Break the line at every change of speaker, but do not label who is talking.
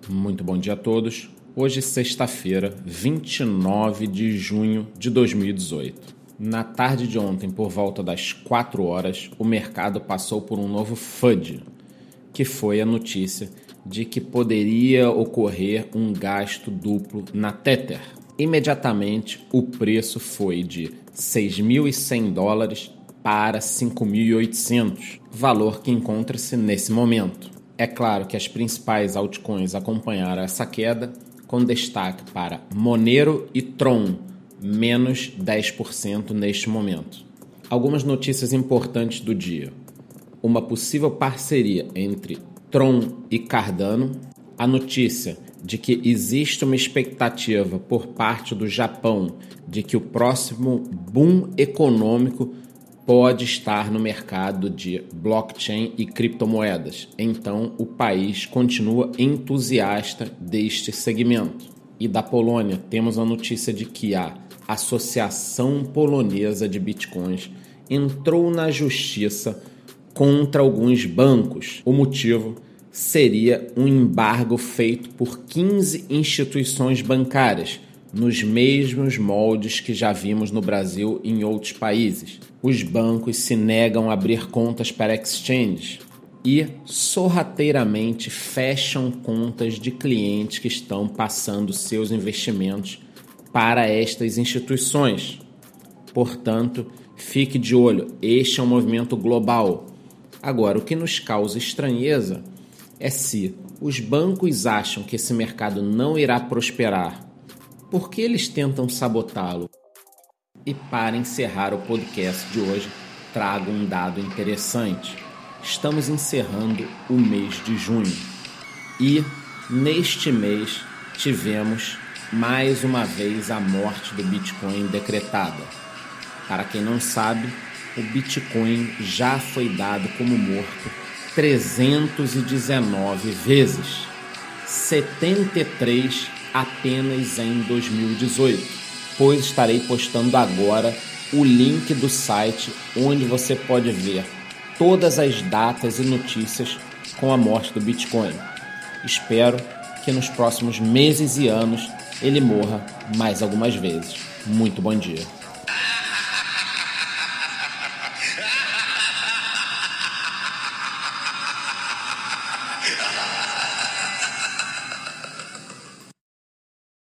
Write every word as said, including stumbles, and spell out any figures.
Muito bom dia a todos. Hoje, sexta-feira, vinte e nove de junho de dois mil e dezoito. Na tarde de ontem, por volta das quatro horas, o mercado passou por um novo F U D, que foi a notícia de que poderia ocorrer um gasto duplo na Tether. Imediatamente, o preço foi de seis mil e cem dólares para cinco mil e oitocentos, valor que encontra-se nesse momento. É claro que as principais altcoins acompanharam essa queda, com destaque para Monero e Tron, menos dez por cento neste momento. Algumas notícias importantes do dia. Uma possível parceria entre Tron e Cardano. A notícia de que existe uma expectativa por parte do Japão de que o próximo boom econômico pode estar no mercado de blockchain e criptomoedas. Então, o país continua entusiasta deste segmento. E da Polônia, temos a notícia de que a Associação Polonesa de Bitcoins entrou na justiça contra alguns bancos. O motivo seria um embargo feito por quinze instituições bancárias, nos mesmos moldes que já vimos no Brasil e em outros países. Os bancos se negam a abrir contas para exchanges e sorrateiramente fecham contas de clientes que estão passando seus investimentos para estas instituições. Portanto, fique de olho, este é um movimento global. Agora, o que nos causa estranheza é se os bancos acham que esse mercado não irá prosperar. Por que eles tentam sabotá-lo? E para encerrar o podcast de hoje, trago um dado interessante. Estamos encerrando o mês de junho e neste mês tivemos mais uma vez a morte do Bitcoin decretada. Para quem não sabe, o Bitcoin já foi dado como morto trezentas e dezenove vezes, setenta e três apenas em dois mil e dezoito, pois estarei postando agora o link do site onde você pode ver todas as datas e notícias com a morte do Bitcoin. Espero que nos próximos meses e anos ele morra mais algumas vezes. Muito bom dia.